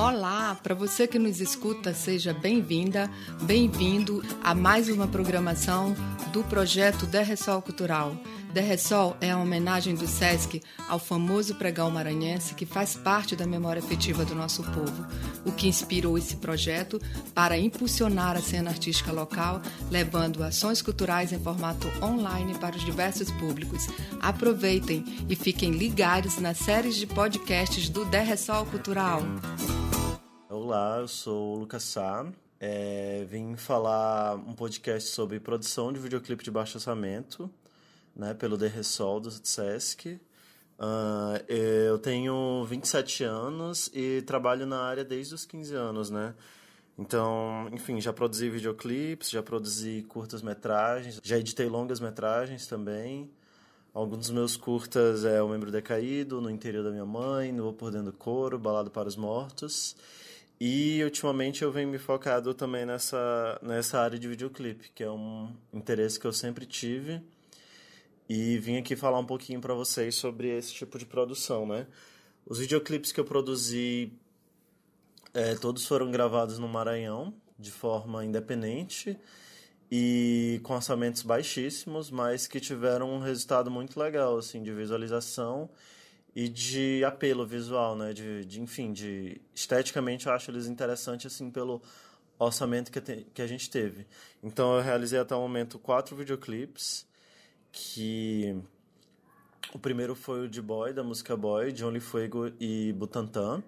Olá, para você que nos escuta, seja bem-vinda, bem-vindo a mais uma programação do projeto DRSOL Cultural. DRSOL é a homenagem do SESC ao famoso pregão maranhense que faz parte da memória afetiva do nosso povo, o que inspirou esse projeto para impulsionar a cena artística local, levando ações culturais em formato online para os diversos públicos. Aproveitem e fiquem ligados nas séries de podcasts do DRSOL Cultural. Olá, eu sou o Lucas Sá. Vim falar um podcast sobre produção de videoclipe de baixo orçamento, né, pelo DRSOL do SESC. Eu tenho 27 anos e trabalho na área desde os 15 anos, né? Então, enfim, já produzi videoclipes, já produzi curtas-metragens, já editei longas-metragens também. Alguns dos meus curtas é O Membro Decaído, No Interior da Minha Mãe, No Por Dentro do Coro, Balada para os Mortos. E, ultimamente, eu venho me focado também nessa área de videoclipe, que é um interesse que eu sempre tive. E vim aqui falar um pouquinho para vocês sobre esse tipo de produção, né? Os videoclipes que eu produzi, todos foram gravados no Maranhão, de forma independente e com orçamentos baixíssimos, mas que tiveram um resultado muito legal, assim, de visualização e de apelo visual, né? Enfim, esteticamente eu acho eles interessantes, assim, pelo orçamento que a gente teve. Então eu realizei até o momento 4 videoclipes, que o primeiro foi o de Boy, da música Boy, John Fuego e Butantan.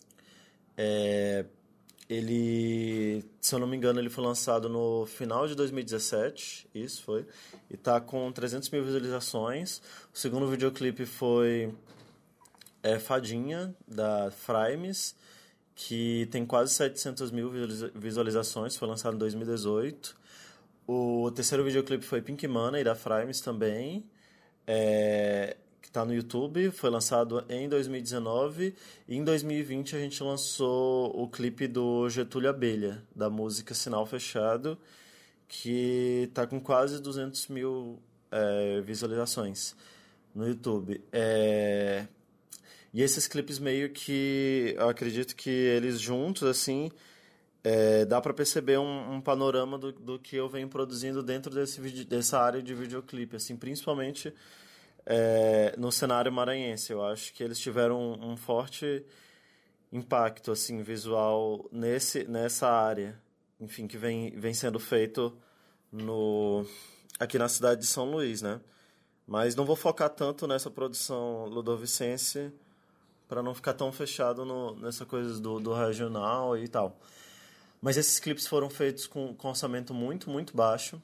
Ele, se eu não me engano, ele foi lançado no final de 2017, isso foi, e tá com 300 mil visualizações. O segundo videoclipe foi Fadinha, da Frames, que tem quase 700 mil visualizações, foi lançado em 2018. O terceiro videoclipe foi Pink Money, da Frames também, que está no YouTube, foi lançado em 2019. E em 2020 a gente lançou o clipe do Getúlio Abelha, da música Sinal Fechado, que está com quase 200 mil visualizações no YouTube. E esses clipes meio que, eu acredito que eles juntos, assim, dá para perceber um panorama do que eu venho produzindo dentro dessa área de videoclipe, assim, principalmente no cenário maranhense. Eu acho que eles tiveram um forte impacto, assim, visual nessa área, enfim, que vem sendo feito aqui na cidade de São Luís, né? Mas não vou focar tanto nessa produção ludovicense para não ficar tão fechado nessa coisa do regional e tal. Mas esses clipes foram feitos com orçamento muito, muito baixo.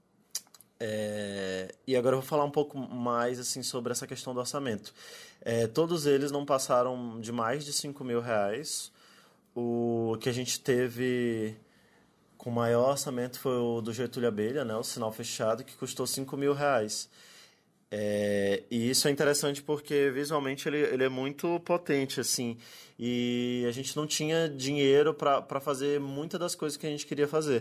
E agora eu vou falar um pouco mais assim, sobre essa questão do orçamento. Todos eles não passaram de mais de R$5.000. O que a gente teve com maior orçamento foi o do Getúlio Abelha, né, o Sinal Fechado, que custou R$5.000. E isso é interessante porque visualmente ele é muito potente, assim, e a gente não tinha dinheiro para fazer muitas das coisas que a gente queria fazer,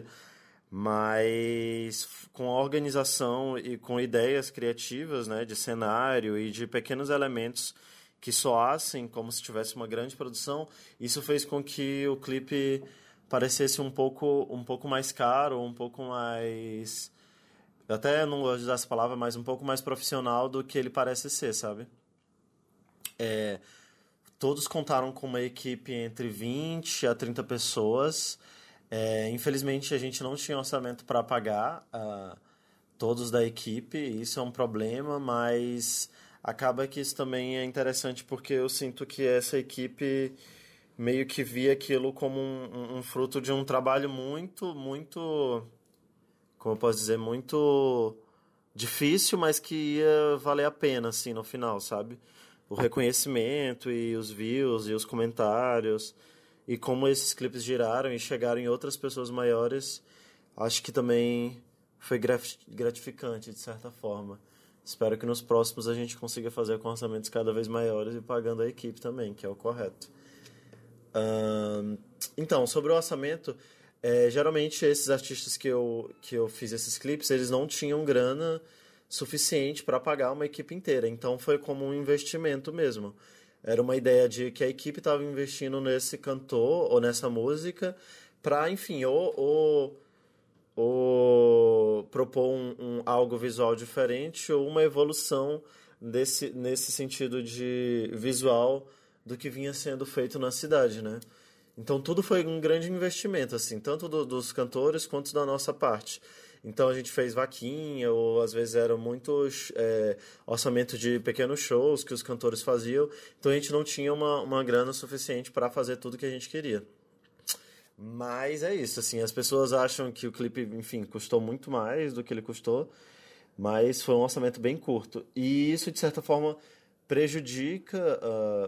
mas com a organização e com ideias criativas, né, de cenário e de pequenos elementos que soassem como se tivesse uma grande produção, isso fez com que o clipe parecesse um pouco mais caro, um pouco mais... Eu até não gosto de usar essa palavra, mas um pouco mais profissional do que ele parece ser, sabe? Todos contaram com uma equipe entre 20 a 30 pessoas. Infelizmente, a gente não tinha orçamento para pagar todos da equipe. Isso é um problema, mas acaba que isso também é interessante porque eu sinto que essa equipe meio que via aquilo como um fruto de um trabalho muito, muito... como eu posso dizer, muito difícil, mas que ia valer a pena, assim, no final, sabe? O reconhecimento e os views e os comentários e como esses clipes giraram e chegaram em outras pessoas maiores, acho que também foi gratificante, de certa forma. Espero que nos próximos a gente consiga fazer com orçamentos cada vez maiores e pagando a equipe também, que é o correto. Então, sobre o orçamento... geralmente esses artistas que eu fiz esses clipes, eles não tinham grana suficiente para pagar uma equipe inteira, então foi como um investimento mesmo. Era uma ideia de que a equipe estava investindo nesse cantor ou nessa música para, enfim, ou propor algo visual diferente ou uma evolução nesse sentido de visual do que vinha sendo feito na cidade, né? Então tudo foi um grande investimento, assim, tanto dos cantores quanto da nossa parte. Então a gente fez vaquinha, ou às vezes eram muitos orçamentos de pequenos shows que os cantores faziam. Então a gente não tinha uma grana suficiente para fazer tudo que a gente queria. Mas é isso, assim, as pessoas acham que o clipe, enfim, custou muito mais do que ele custou, mas foi um orçamento bem curto. E isso, de certa forma, prejudica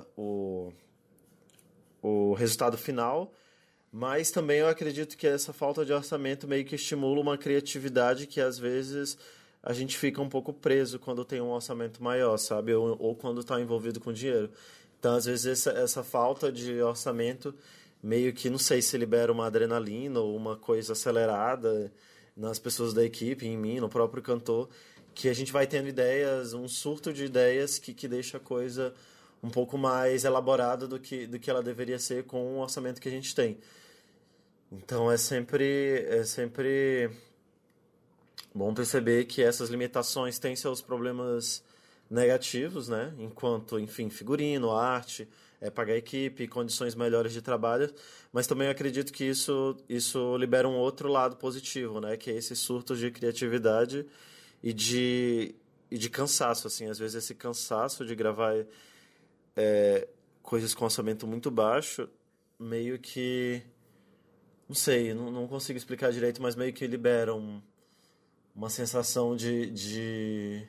o resultado final, mas também eu acredito que essa falta de orçamento meio que estimula uma criatividade que às vezes a gente fica um pouco preso quando tem um orçamento maior, sabe? Ou quando está envolvido com dinheiro. Então, às vezes, essa falta de orçamento meio que, não sei, se libera uma adrenalina ou uma coisa acelerada nas pessoas da equipe, em mim, no próprio cantor, que a gente vai tendo ideias, um surto de ideias que deixa a coisa um pouco mais elaborada do que ela deveria ser com o orçamento que a gente tem. Então é sempre bom perceber que essas limitações têm seus problemas negativos, né? Enquanto, enfim, figurino, arte, pagar a equipe, condições melhores de trabalho, mas também eu acredito que isso libera um outro lado positivo, né? Que é esse surto de criatividade e de cansaço, assim. Às vezes esse cansaço de gravar coisas com orçamento muito baixo, meio que... Não sei, não consigo explicar direito, mas meio que libera uma sensação de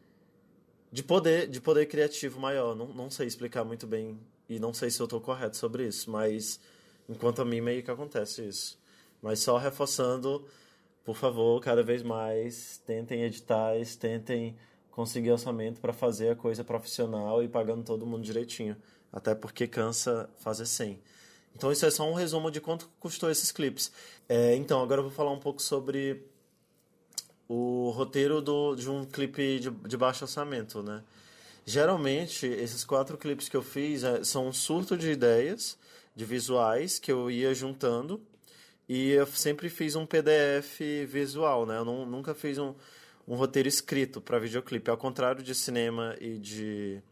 poder criativo maior. Não sei explicar muito bem e não sei se eu estou correto sobre isso, mas enquanto a mim meio que acontece isso. Mas só reforçando, por favor, cada vez mais, tentem editais, tentem conseguir orçamento para fazer a coisa profissional e pagando todo mundo direitinho. Até porque cansa fazer sem. Então isso é só um resumo de quanto custou esses clipes. Então, agora eu vou falar um pouco sobre o roteiro de um clipe de baixo orçamento, né? Geralmente, esses 4 clipes que eu fiz são um surto de ideias, de visuais, que eu ia juntando, e eu sempre fiz um PDF visual, né? Eu nunca fiz um roteiro escrito para videoclipe, ao contrário de cinema e de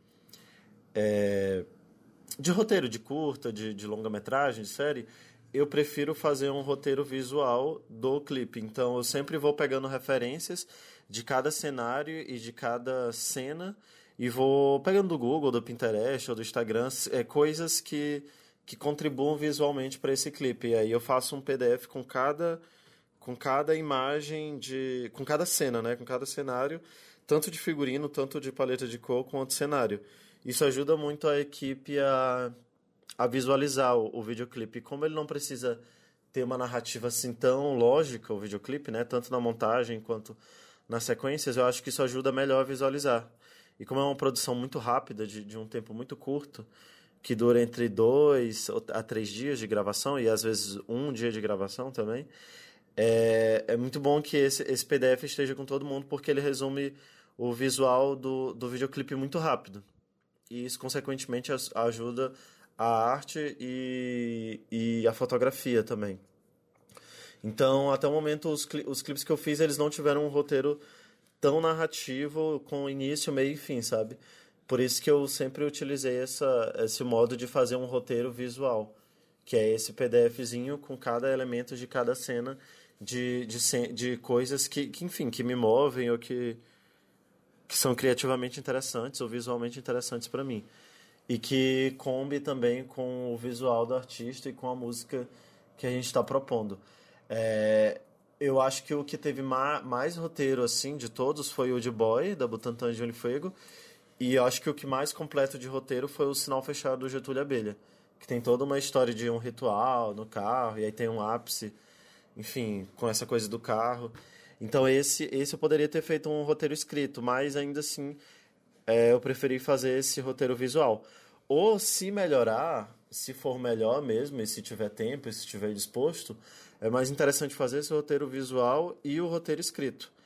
roteiro de curta, de longa-metragem, de série, eu prefiro fazer um roteiro visual do clipe. Então, eu sempre vou pegando referências de cada cenário e de cada cena e vou pegando do Google, do Pinterest ou do Instagram, coisas que contribuam visualmente para esse clipe. E aí eu faço um PDF com cada imagem, com cada cena, né? Com cada cenário, tanto de figurino, tanto de paleta de cor, quanto cenário. Isso ajuda muito a equipe a visualizar o videoclipe. Como ele não precisa ter uma narrativa assim tão lógica, o videoclipe, né? Tanto na montagem quanto nas sequências, eu acho que isso ajuda melhor a visualizar. E como é uma produção muito rápida, de um tempo muito curto, que dura entre 2 a 3 dias de gravação, e às vezes 1 dia de gravação também, é muito bom que esse PDF esteja com todo mundo, porque ele resume o visual do videoclipe muito rápido. E isso, consequentemente, ajuda a arte e a fotografia também. Então, até o momento, os clipes que eu fiz, eles não tiveram um roteiro tão narrativo, com início, meio e fim, sabe? Por isso que eu sempre utilizei esse modo de fazer um roteiro visual, que é esse PDFzinho com cada elemento de cada cena, de coisas que, enfim, que me movem ou que são criativamente interessantes ou visualmente interessantes para mim. E que combe também com o visual do artista e com a música que a gente está propondo. Eu acho que o que teve mais roteiro assim de todos foi o de Boy, da Butantan de Olho Fuego. E eu acho que o que mais completo de roteiro foi o Sinal Fechado do Getúlio Abelha, que tem toda uma história de um ritual no carro, e aí tem um ápice, enfim, com essa coisa do carro. Então esse eu poderia ter feito um roteiro escrito, mas ainda assim eu preferi fazer esse roteiro visual. Ou se melhorar, se for melhor mesmo, e se tiver tempo, e se estiver disposto, é mais interessante fazer esse roteiro visual e o roteiro escrito.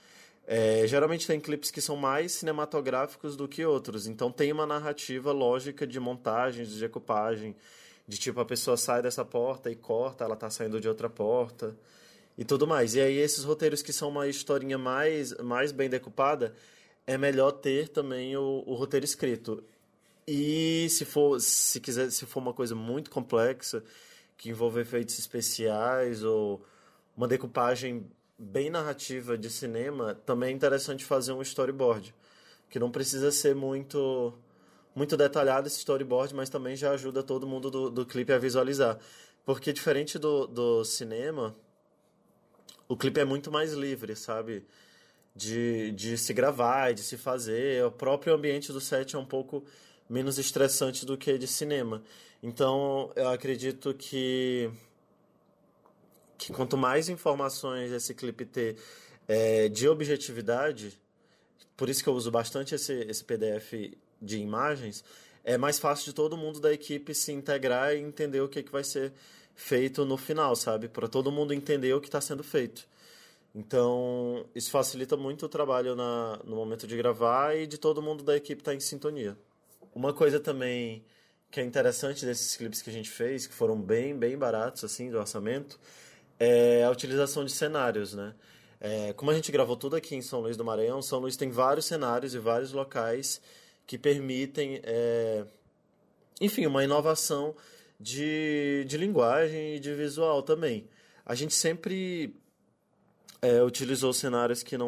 Geralmente tem clipes que são mais cinematográficos do que outros, então tem uma narrativa lógica de montagem, de decupagem, de tipo a pessoa sai dessa porta e corta, ela tá saindo de outra porta e tudo mais. E aí esses roteiros que são uma historinha mais bem decupada, é melhor ter também o roteiro escrito. E se for uma coisa muito complexa, que envolve efeitos especiais ou uma decupagem bem narrativa de cinema, também é interessante fazer um storyboard, que não precisa ser muito detalhado esse storyboard, mas também já ajuda todo mundo do clipe a visualizar. Porque diferente do cinema, o clipe é muito mais livre, sabe? De se gravar e de se fazer. O próprio ambiente do set é um pouco menos estressante do que de cinema. Então, eu acredito que quanto mais informações esse clipe ter de objetividade, por isso que eu uso bastante esse PDF de imagens, é mais fácil de todo mundo da equipe se integrar e entender o que vai ser feito no final, sabe? Para todo mundo entender o que está sendo feito. Então, isso facilita muito o trabalho no momento de gravar e de todo mundo da equipe estar em sintonia. Uma coisa também que é interessante desses clipes que a gente fez, que foram bem baratos, assim, do orçamento, é a utilização de cenários, né? Como a gente gravou tudo aqui em São Luís do Maranhão, São Luís tem vários cenários e vários locais que permitem, enfim, uma inovação de linguagem e de visual também. A gente sempre utilizou cenários que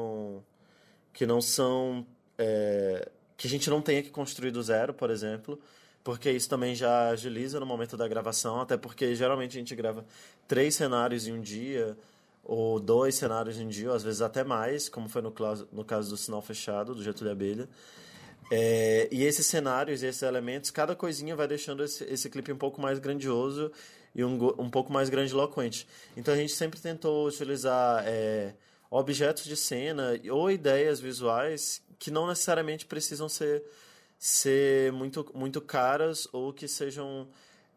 a gente não tenha que construir do zero, por exemplo, porque isso também já agiliza no momento da gravação, até porque geralmente a gente grava 3 cenários em um dia, ou 2 cenários em um dia, ou às vezes até mais, como foi no caso do Sinal Fechado, do Getúlio Abelha. E esses cenários e esses elementos, cada coisinha vai deixando esse clipe um pouco mais grandioso e um pouco mais grandiloquente. Então a gente sempre tentou utilizar objetos de cena ou ideias visuais que não necessariamente precisam ser muito caras ou que sejam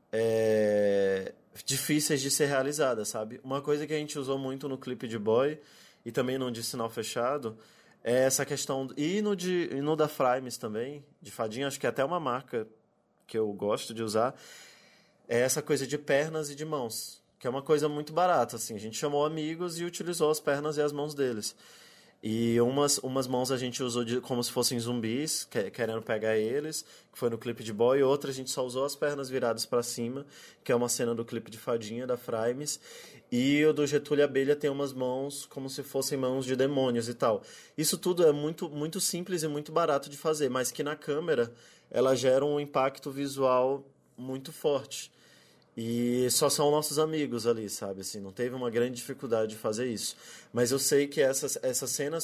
difíceis de ser realizadas, sabe? Uma coisa que a gente usou muito no clipe de Boy e também no de Sinal Fechado é essa questão, e no da Frames também, de fadinha, acho que é até uma marca que eu gosto de usar, é essa coisa de pernas e de mãos, que é uma coisa muito barata, assim, a gente chamou amigos e utilizou as pernas e as mãos deles. E umas mãos a gente usou como se fossem zumbis, querendo pegar eles, que foi no clipe de Boy, e outra a gente só usou as pernas viradas para cima, que é uma cena do clipe de Fadinha, da Frames, e o do Getúlio Abelha tem umas mãos como se fossem mãos de demônios e tal. Isso tudo é muito simples e muito barato de fazer, mas que na câmera ela gera um impacto visual muito forte. E só são nossos amigos ali, sabe? Assim, não teve uma grande dificuldade de fazer isso. Mas eu sei que essas cenas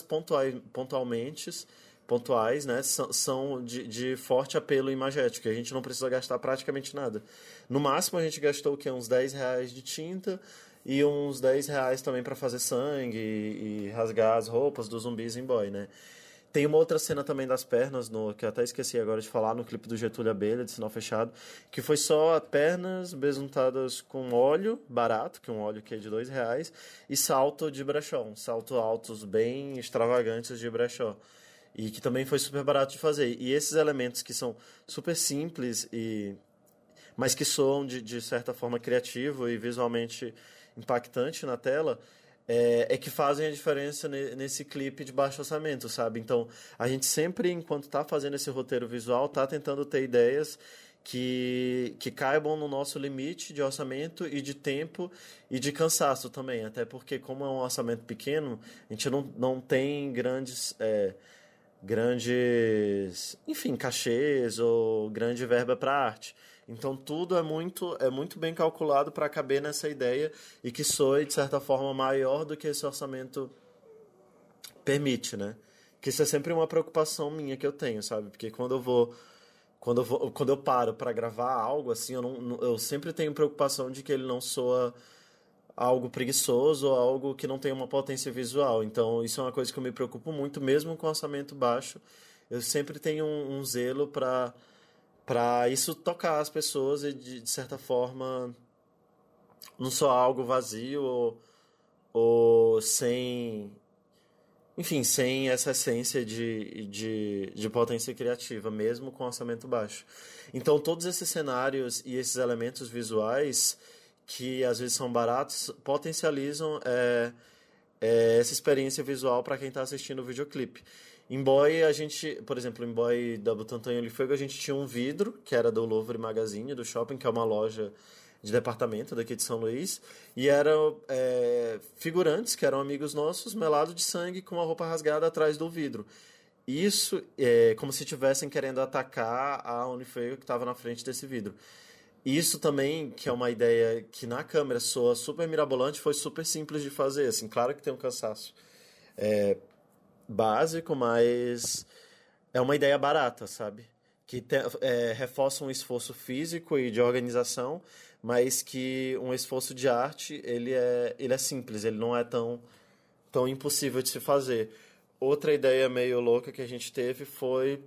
pontuais, né, são de forte apelo imagético. A gente não precisa gastar praticamente nada. No máximo a gente gastou o quê? Uns R$10 de tinta e uns R$10 também para fazer sangue e rasgar as roupas dos zumbis em Boy, né? Tem uma outra cena também das pernas, que eu até esqueci agora de falar, no clipe do Getúlio Abelha, de Sinal Fechado, que foi só pernas besuntadas com óleo barato, que é um óleo que é de R$2, e salto de brechó, salto altos bem extravagantes de brechó. E que também foi super barato de fazer. E esses elementos que são super simples, mas que soam de certa forma criativo e visualmente impactante na tela, que fazem a diferença nesse clipe de baixo orçamento, sabe? Então, a gente sempre, enquanto está fazendo esse roteiro visual, está tentando ter ideias que caibam no nosso limite de orçamento e de tempo e de cansaço também. Até porque, como é um orçamento pequeno, a gente não tem grandes, enfim, cachês ou grande verba para arte. Então tudo é muito bem calculado para caber nessa ideia e que soe, de certa forma, maior do que esse orçamento permite, né? Que isso é sempre uma preocupação minha que eu tenho, sabe? Porque quando eu paro para gravar algo, assim, eu sempre tenho preocupação de que ele não soa algo preguiçoso ou algo que não tem uma potência visual. Então isso é uma coisa que eu me preocupo muito, mesmo com orçamento baixo. Eu sempre tenho um zelo para isso tocar as pessoas e, de certa forma, não só algo vazio ou sem enfim, sem essa essência de potência criativa, mesmo com orçamento baixo. Então, todos esses cenários e esses elementos visuais, que às vezes são baratos, potencializam essa experiência visual para quem está assistindo o videoclipe. Em Boy, a gente, por exemplo, em Boy da Butantã e Olifego, a gente tinha um vidro, que era do Louvre Magazine, do shopping, que é uma loja de departamento daqui de São Luís, e eram figurantes, que eram amigos nossos, melados de sangue, com uma roupa rasgada atrás do vidro. Isso é como se estivessem querendo atacar a Olifego que estava na frente desse vidro. Isso também, que é uma ideia que na câmera soa super mirabolante, foi super simples de fazer. Assim, claro que tem um cansaço básico, mas é uma ideia barata, sabe? Que reforça um esforço físico e de organização, mas que um esforço de arte, ele é simples, ele não é tão impossível de se fazer. Outra ideia meio louca que a gente teve foi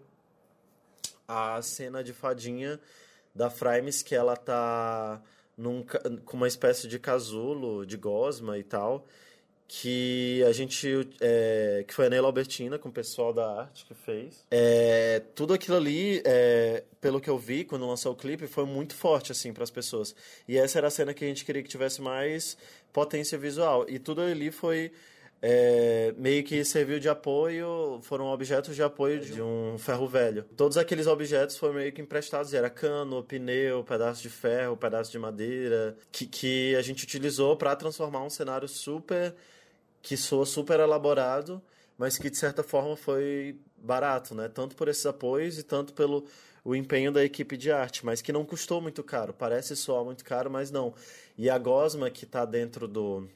a cena de fadinha da Frames, que ela tá com uma espécie de casulo, de gosma e tal, que a gente que foi a Neila Albertina com o pessoal da arte que fez. Tudo aquilo ali, pelo que eu vi quando lançou o clipe, foi muito forte assim para as pessoas. E essa era a cena que a gente queria que tivesse mais potência visual. E tudo ali foi meio que serviu de apoio, foram objetos de apoio de um ferro velho. Todos aqueles objetos foram meio que emprestados, era cano, pneu, pedaço de ferro, pedaço de madeira, que a gente utilizou para transformar um cenário que soa super elaborado, mas que de certa forma foi barato, né? Tanto por esses apoios e tanto pelo o empenho da equipe de arte, mas que não custou muito caro. Parece soar muito caro, mas não. E a gosma que está dentro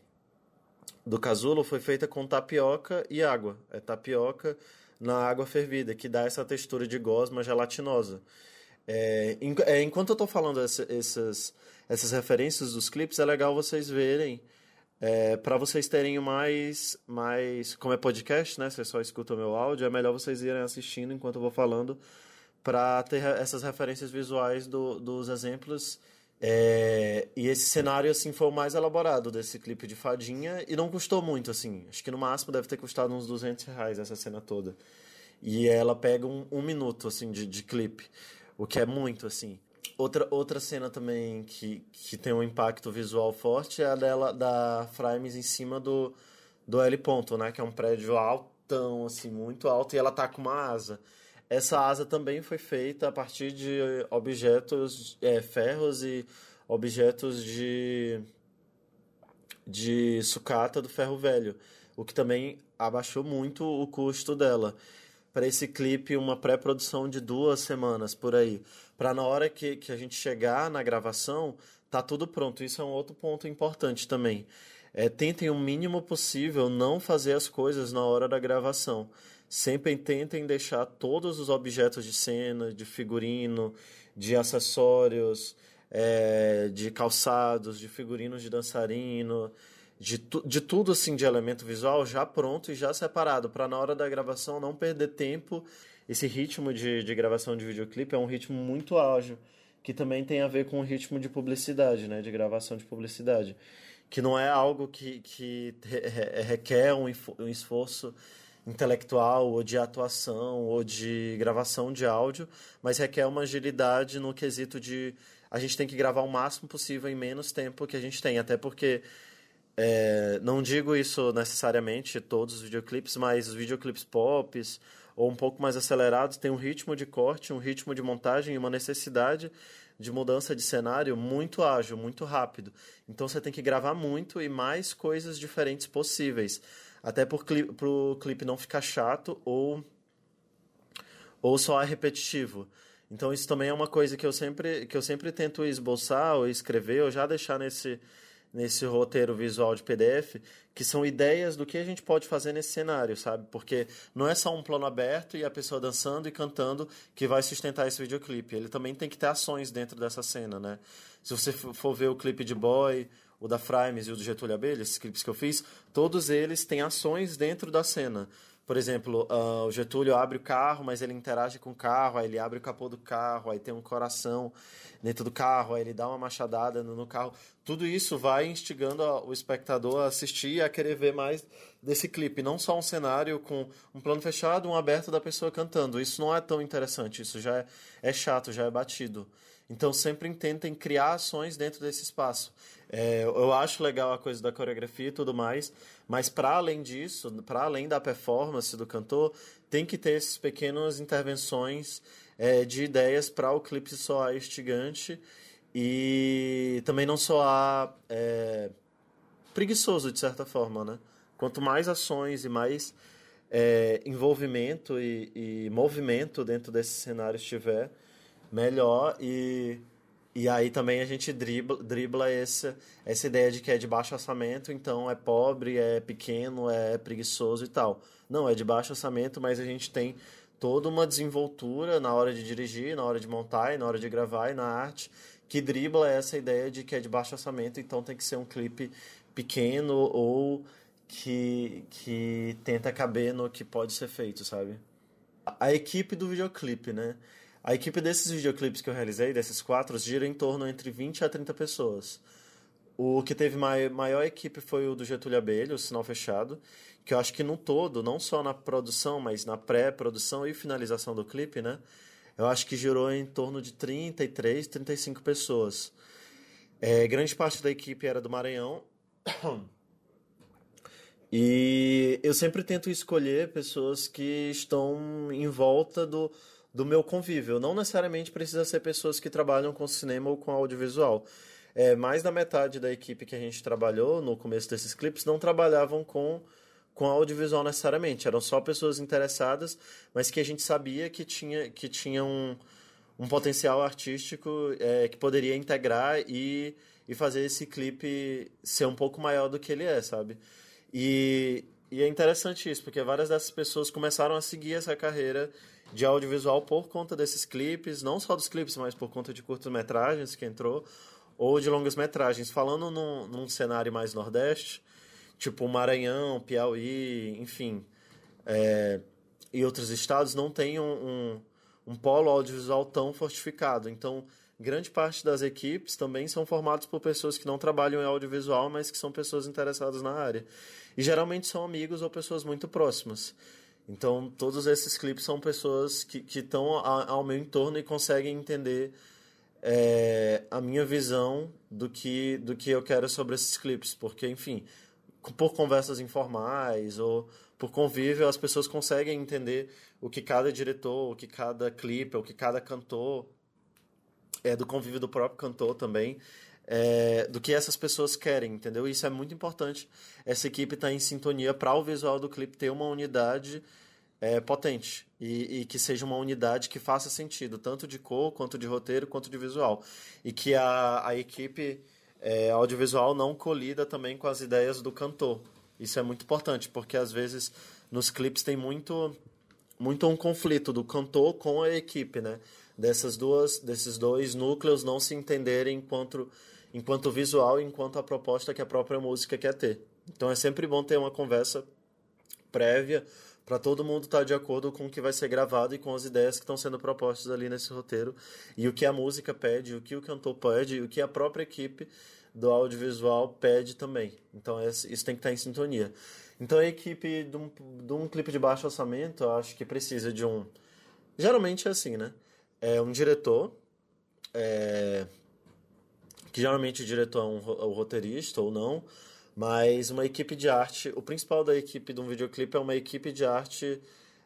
do casulo foi feita com tapioca e água. É tapioca na água fervida, que dá essa textura de gosma gelatinosa. Enquanto eu estou falando essas referências dos clipes, é legal vocês verem, para vocês terem mais... Como é podcast, né? Vocês só escutam o meu áudio, é melhor vocês irem assistindo enquanto eu vou falando, para ter essas referências visuais dos exemplos. E esse cenário assim foi o mais elaborado desse clipe de fadinha e não custou muito, assim. Acho que no máximo deve ter custado uns R$200 essa cena toda. E ela pega um minuto assim de clipe, o que é muito, assim. Outra cena também que tem um impacto visual forte é a da Frames em cima do L ponto, né? Que é um prédio altão, assim, muito alto, e ela tá com uma asa. Essa asa também foi feita a partir de objetos, ferros e objetos de sucata do ferro velho, o que também abaixou muito o custo dela. Para esse clipe, uma pré-produção de 2 semanas, por aí. Para na hora que a gente chegar na gravação, tá tudo pronto. Isso é um outro ponto importante também. Tentem o mínimo possível não fazer as coisas na hora da gravação. Sempre tentem deixar todos os objetos de cena, de figurino, de acessórios, de calçados, de figurinos de dançarino, de tudo assim de elemento visual já pronto e já separado, para na hora da gravação não perder tempo. Esse ritmo de gravação de videoclipe é um ritmo muito ágil, que também tem a ver com o ritmo de publicidade, né, de gravação de publicidade, que não é algo que requer um esforço intelectual ou de atuação ou de gravação de áudio, mas requer uma agilidade no quesito de a gente tem que gravar o máximo possível em menos tempo que a gente tem, até porque não digo isso necessariamente todos os videoclipes, mas os videoclipes pop ou um pouco mais acelerados têm um ritmo de corte, um ritmo de montagem e uma necessidade de mudança de cenário muito ágil, muito rápido. Então você tem que gravar muito e mais coisas diferentes possíveis, até para o clipe não ficar chato ou só repetitivo. Então isso também é uma coisa que eu sempre tento esboçar ou escrever, ou já deixar nesse roteiro visual de PDF, que são ideias do que a gente pode fazer nesse cenário, sabe? Porque não é só um plano aberto e a pessoa dançando e cantando que vai sustentar esse videoclipe. Ele também tem que ter ações dentro dessa cena, né? Se você for ver o clipe de Boy, o da Frames e o do Getúlio Abelha, esses clipes que eu fiz, todos eles têm ações dentro da cena. por exemplo, o Getúlio abre o carro, mas ele interage com o carro, aí ele abre o capô do carro, aí tem um coração dentro do carro, aí ele dá uma machadada no carro. Tudo isso vai instigando o espectador a assistir e a querer ver mais desse clipe. Não só um cenário com um plano fechado, um aberto da pessoa cantando. Isso não é tão interessante, isso já é chato, já é batido. Então sempre tentem criar ações dentro desse espaço. Eu acho legal a coisa da coreografia e tudo mais, mas para além disso, para além da performance do cantor, tem que ter essas pequenas intervenções de ideias para o clipe soar instigante e também não soar preguiçoso, de certa forma, né? Quanto mais ações e mais envolvimento e movimento dentro desse cenário estiver, melhor. E aí também a gente dribla essa ideia de que é de baixo orçamento, então é pobre, é pequeno, é preguiçoso e tal. Não, é de baixo orçamento, mas a gente tem toda uma desenvoltura na hora de dirigir, na hora de montar e na hora de gravar e na arte, que dribla essa ideia de que é de baixo orçamento, então tem que ser um clipe pequeno ou que tenta caber no que pode ser feito, sabe? A equipe do videoclipe, né? A equipe desses videoclipes que eu realizei, desses 4, gira em torno entre 20 a 30 pessoas. O que teve maior equipe foi o do Getúlio Abelha, o Sinal Fechado, que eu acho que no todo, não só na produção, mas na pré-produção e finalização do clipe, né? Eu acho que girou em torno de 33, 35 pessoas. Grande parte da equipe era do Maranhão. E eu sempre tento escolher pessoas que estão em volta do meu convívio. Não necessariamente precisa ser pessoas que trabalham com cinema ou com audiovisual. Mais da metade da equipe que a gente trabalhou no começo desses clipes não trabalhavam com audiovisual necessariamente. Eram só pessoas interessadas, mas que a gente sabia que tinha um potencial artístico que poderia integrar e fazer esse clipe ser um pouco maior do que ele é, sabe? E é interessante isso, porque várias dessas pessoas começaram a seguir essa carreira de audiovisual por conta desses clipes, não só dos clipes, mas por conta de curtas-metragens que entrou, ou de longas-metragens. Falando num cenário mais nordeste, tipo Maranhão, Piauí, enfim, e outros estados, não tem um polo audiovisual tão fortificado. Então, grande parte das equipes também são formadas por pessoas que não trabalham em audiovisual, mas que são pessoas interessadas na área. E geralmente são amigos ou pessoas muito próximas. Então, todos esses clipes são pessoas que estão ao meu entorno e conseguem entender a minha visão do que eu quero sobre esses clipes. Porque, enfim, por conversas informais ou por convívio, as pessoas conseguem entender o que cada diretor, o que cada clipe, o que cada cantor, do convívio do próprio cantor também, do que essas pessoas querem, entendeu? Isso é muito importante. Essa equipe está em sintonia para o visual do clipe ter uma unidade potente e que seja uma unidade que faça sentido, tanto de cor, quanto de roteiro, quanto de visual. E que a equipe audiovisual não colida também com as ideias do cantor. Isso é muito importante, porque às vezes nos clipes tem muito um conflito do cantor com a equipe, né? Desses dois núcleos não se entenderem enquanto visual e enquanto a proposta que a própria música quer ter. Então é sempre bom ter uma conversa prévia para todo mundo estar de acordo com o que vai ser gravado e com as ideias que estão sendo propostas ali nesse roteiro e o que a música pede, o que o cantor pede e o que a própria equipe do audiovisual pede também. Então isso tem que estar em sintonia. Então a equipe de um clipe de baixo orçamento, eu acho que precisa de um... Geralmente é assim, né? Um diretor, que geralmente o diretor é o roteirista ou não, mas uma equipe de arte... O principal da equipe de um videoclipe é uma equipe de arte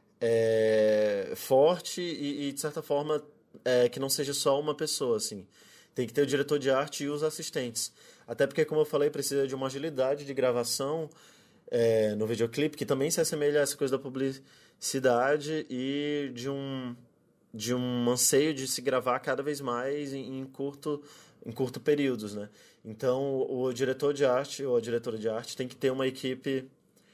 forte e de certa forma, que não seja só uma pessoa, assim. Tem que ter o diretor de arte e os assistentes. Até porque, como eu falei, precisa de uma agilidade de gravação no videoclipe, que também se assemelha a essa coisa da publicidade e de um anseio de se gravar cada vez mais em curto períodos, né? Então, o diretor de arte ou a diretora de arte tem que ter uma equipe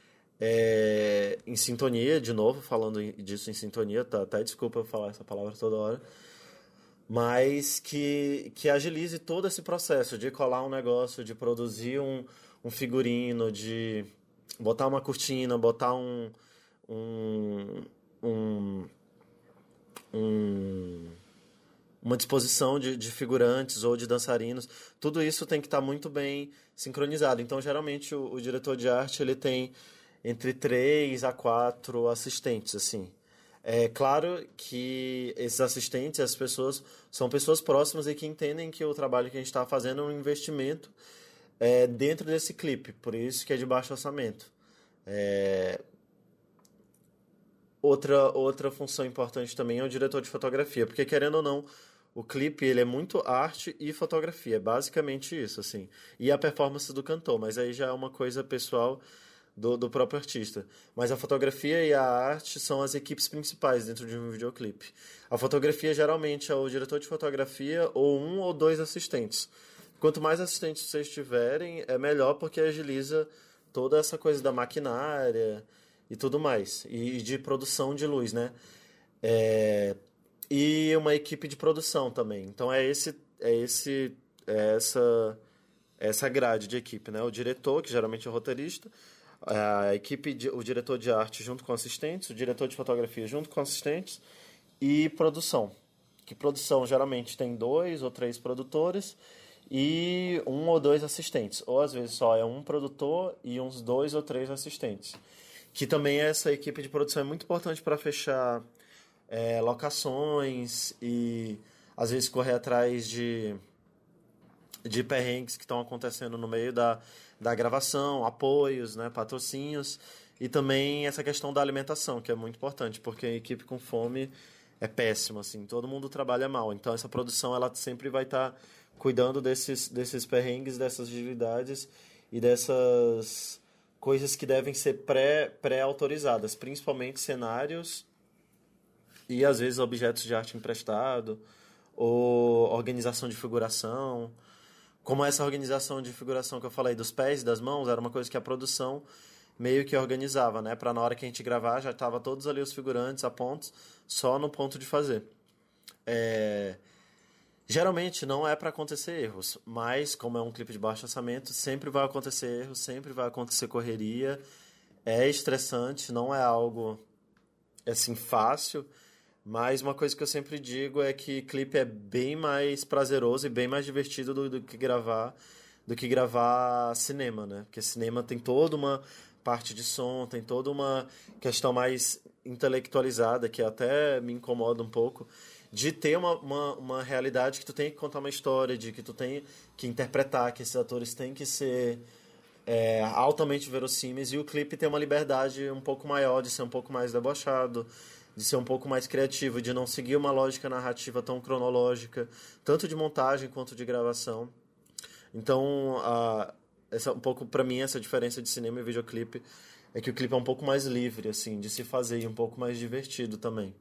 em sintonia, de novo, falando disso em sintonia, tá? Até desculpa eu falar essa palavra toda hora, mas que agilize todo esse processo de colar um negócio, de produzir um figurino, de botar uma cortina, botar uma disposição de figurantes ou de dançarinos, tudo isso tem que estar muito bem sincronizado. Então, geralmente, o diretor de arte ele tem entre 3 a 4 assistentes, assim. É claro que esses assistentes, as pessoas, são pessoas próximas e que entendem que o trabalho que a gente está fazendo é um investimento dentro desse clipe, por isso que é de baixo orçamento. Outra função importante também é o diretor de fotografia, porque querendo ou não, o clipe ele é muito arte e fotografia, é basicamente isso, assim. E a performance do cantor, mas aí já é uma coisa pessoal do próprio artista. Mas a fotografia e a arte são as equipes principais dentro de um videoclipe. A fotografia geralmente é o diretor de fotografia ou 1 ou 2 assistentes. Quanto mais assistentes vocês tiverem, é melhor porque agiliza toda essa coisa da maquinária e tudo mais. E de produção de luz, né? E uma equipe de produção também. Então essa grade de equipe, né? O diretor, que geralmente é o roteirista, o diretor de arte junto com assistentes, o diretor de fotografia junto com assistentes e produção. Que produção geralmente tem 2 ou 3 produtores e 1 ou 2 assistentes. Ou às vezes só é um produtor e uns 2 ou 3 assistentes. Que também essa equipe de produção é muito importante para fechar locações e às vezes correr atrás de perrengues que estão acontecendo no meio da gravação, apoios, né, patrocínios, e também essa questão da alimentação, que é muito importante, porque a equipe com fome é péssima, assim, todo mundo trabalha mal, então essa produção ela sempre vai estar cuidando desses perrengues, dessas divindades e dessas coisas que devem ser pré-autorizadas, principalmente cenários e às vezes objetos de arte emprestado ou organização de figuração. Como essa organização de figuração que eu falei dos pés e das mãos, era uma coisa que a produção meio que organizava, né? Para na hora que a gente gravar, já tava todos ali os figurantes a pontos, só no ponto de fazer. Geralmente não é para acontecer erros, mas como é um clipe de baixo orçamento, sempre vai acontecer erros, sempre vai acontecer correria. É estressante, não é algo assim fácil, mas uma coisa que eu sempre digo é que clipe é bem mais prazeroso e bem mais divertido do que gravar cinema, né? Porque cinema tem toda uma parte de som, tem toda uma questão mais intelectualizada, que até me incomoda um pouco, de ter uma realidade que tu tem que contar uma história, de que tu tem que interpretar, que esses atores têm que ser altamente verossímeis, e o clipe tem uma liberdade um pouco maior de ser um pouco mais debochado, de ser um pouco mais criativo, de não seguir uma lógica narrativa tão cronológica, tanto de montagem quanto de gravação. Então, essa, um pouco para mim, essa diferença de cinema e videoclipe é que o clipe é um pouco mais livre, assim, de se fazer e um pouco mais divertido também.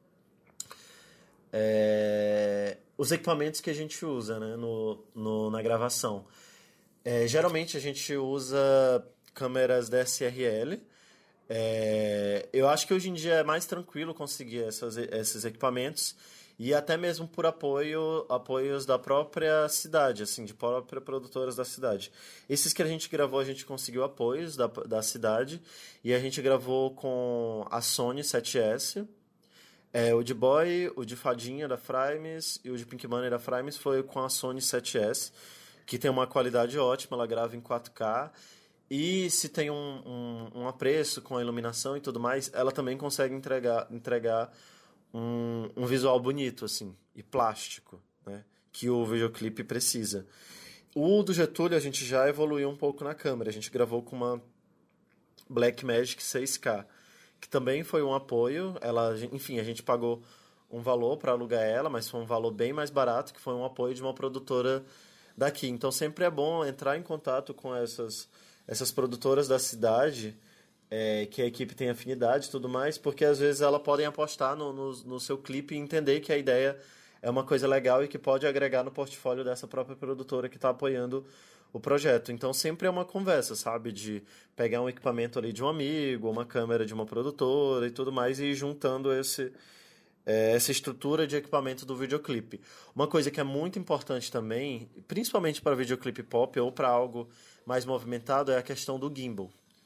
Os equipamentos que a gente usa, né, na gravação. Geralmente a gente usa câmeras DSLR. Eu acho que hoje em dia é mais tranquilo conseguir esses equipamentos e até mesmo por apoios da própria cidade, assim, de próprias produtoras da cidade. Esses que a gente gravou, a gente conseguiu apoios da cidade e a gente gravou com a Sony 7S. O de Boy, o de Fadinha da Frames e o de Pink Money da Frames foi com a Sony 7S, que tem uma qualidade ótima, ela grava em 4K. E se tem um apreço com a iluminação e tudo mais, ela também consegue entregar um visual bonito, assim, e plástico, né, que o videoclipe precisa. O do Getúlio a gente já evoluiu um pouco na câmera. A gente gravou com uma Blackmagic 6K, que também foi um apoio. Enfim, a gente pagou um valor para alugar ela, mas foi um valor bem mais barato, que foi um apoio de uma produtora daqui. Então sempre é bom entrar em contato com essas produtoras da cidade, que a equipe tem afinidade e tudo mais, porque às vezes elas podem apostar no seu clipe e entender que a ideia é uma coisa legal e que pode agregar no portfólio dessa própria produtora que está apoiando o projeto. Então sempre é uma conversa, sabe? De pegar um equipamento ali de um amigo, uma câmera de uma produtora e tudo mais, e ir juntando essa estrutura de equipamento do videoclipe. Uma coisa que é muito importante também, principalmente para videoclipe pop ou para algo mais movimentado, é a questão do gimbal,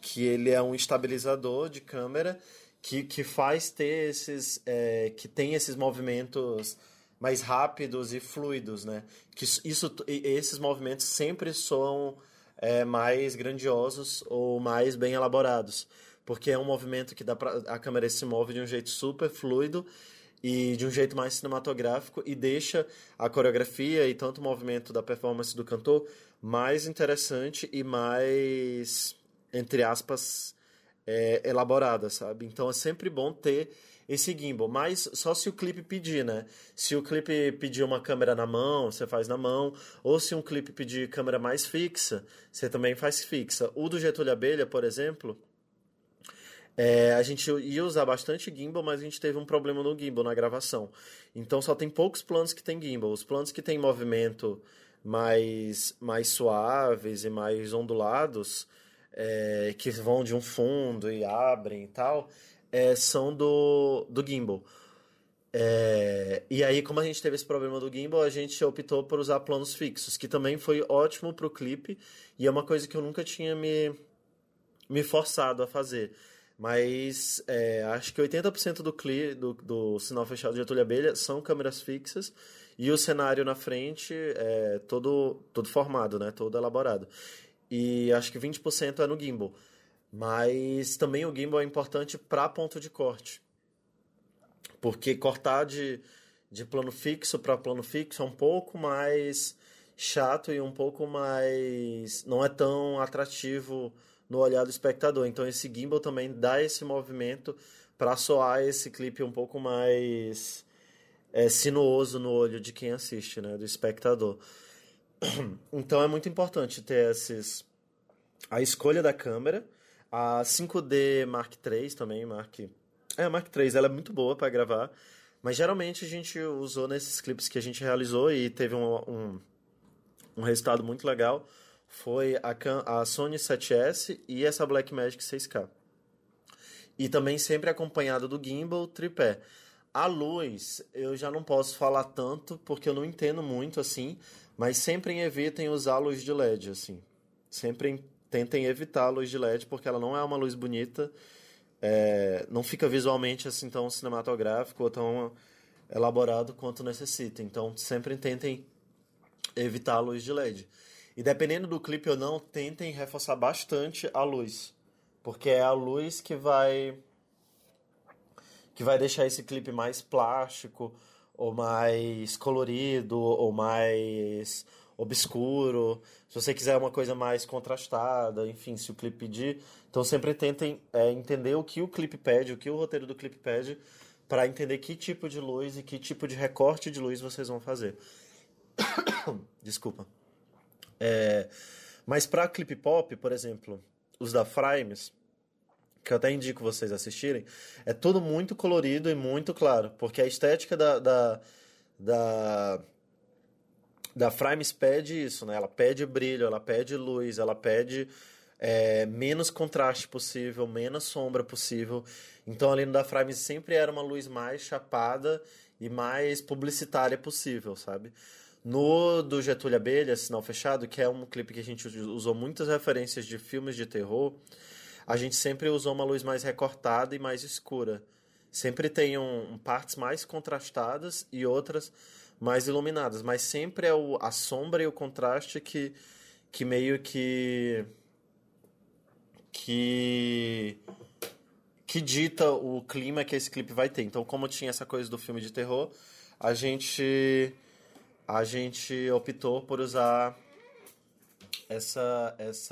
que ele é um estabilizador de câmera que faz ter que tem esses movimentos mais rápidos e fluidos, né? Esses movimentos sempre são mais grandiosos ou mais bem elaborados, porque é um movimento que a câmera se move de um jeito super fluido e de um jeito mais cinematográfico e deixa a coreografia e tanto o movimento da performance do cantor mais interessante e mais, entre aspas, elaborada, sabe? Então é sempre bom ter esse gimbal, mas só se o clipe pedir, né? Se o clipe pedir uma câmera na mão, você faz na mão, ou se um clipe pedir câmera mais fixa, você também faz fixa. O do Getúlio Abelha, por exemplo, a gente ia usar bastante gimbal, mas a gente teve um problema no gimbal, na gravação. Então só tem poucos planos que tem gimbal. Os planos que tem movimento mais suaves e mais ondulados, que vão de um fundo e abrem e tal, são do gimbal. E aí, como a gente teve esse problema do gimbal, a gente optou por usar planos fixos, que também foi ótimo pro clipe, e é uma coisa que eu nunca tinha me forçado a fazer. Mas acho que 80% do Sinal Fechado de Getúlio Abelha são câmeras fixas, e o cenário na frente é todo formado, né? Todo elaborado. E acho que 20% é no gimbal. Mas também o gimbal é importante para ponto de corte. Porque cortar de plano fixo para plano fixo é um pouco mais chato e um pouco mais... não é tão atrativo no olhar do espectador. Então esse gimbal também dá esse movimento para soar esse clipe um pouco mais sinuoso no olho de quem assiste, né? Do espectador. Então é muito importante ter a escolha da câmera. A 5D Mark III também, Mark III, ela é muito boa para gravar, mas geralmente a gente usou nesses clipes que a gente realizou e teve um resultado muito legal, foi a Sony 7S e essa Blackmagic 6K. E também sempre acompanhado do gimbal tripé. A luz, eu já não posso falar tanto, porque eu não entendo muito, assim, mas sempre evitem usar luz de LED, assim. Sempre tentem evitar a luz de LED, porque ela não é uma luz bonita, não fica visualmente assim tão cinematográfico ou tão elaborado quanto necessita. Então, sempre tentem evitar a luz de LED. E dependendo do clipe ou não, tentem reforçar bastante a luz, porque é a luz que vai deixar esse clipe mais plástico, ou mais colorido, ou mais obscuro. Se você quiser uma coisa mais contrastada, enfim, se o clipe pedir. Então sempre tentem entender o que o clipe pede, o que o roteiro do clipe pede, para entender que tipo de luz e que tipo de recorte de luz vocês vão fazer. Desculpa. Mas para clipe pop, por exemplo, os da Frames, que eu até indico vocês assistirem, é tudo muito colorido e muito claro, porque a estética da Frames pede isso, né? Ela pede brilho, ela pede luz, ela pede menos contraste possível, menos sombra possível. Então ali no da Frames sempre era uma luz mais chapada e mais publicitária possível, sabe? No do Getúlio Abelha, Sinal Fechado, que é um clipe que a gente usou muitas referências de filmes de terror, a gente sempre usou uma luz mais recortada e mais escura. Sempre tem partes mais contrastadas e outras mais iluminadas, mas sempre é a sombra e o contraste que meio que dita o clima que esse clipe vai ter. Então, como tinha essa coisa do filme de terror, a gente optou por usar essa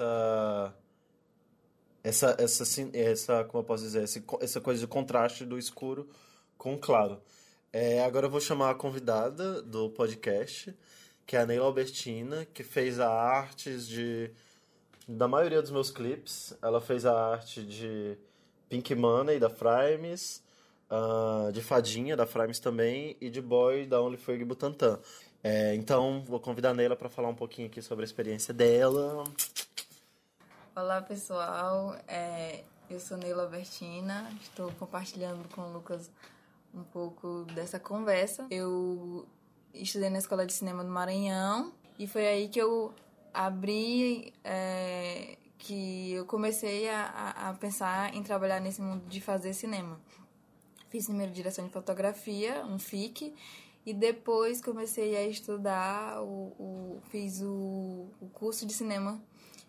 como eu posso dizer, essa coisa de contraste do escuro com o claro. Agora eu vou chamar a convidada do podcast, que é a Neila Albertina, que fez a arte da maioria dos meus clipes. Ela fez a arte de Pink Money, da Frames, de Fadinha, da Frames também, e de Boy, da Only Ferg Butantan. Então, vou convidar a Neila para falar um pouquinho aqui sobre a experiência dela. Olá, pessoal. Eu sou Neila Albertina. Estou compartilhando com o Lucas um pouco dessa conversa. Eu estudei na Escola de Cinema do Maranhão e foi aí que eu abri, que eu comecei a pensar em trabalhar nesse mundo de fazer cinema. Fiz primeiro direção de fotografia, um FIC, e depois comecei a estudar, fiz o curso de cinema,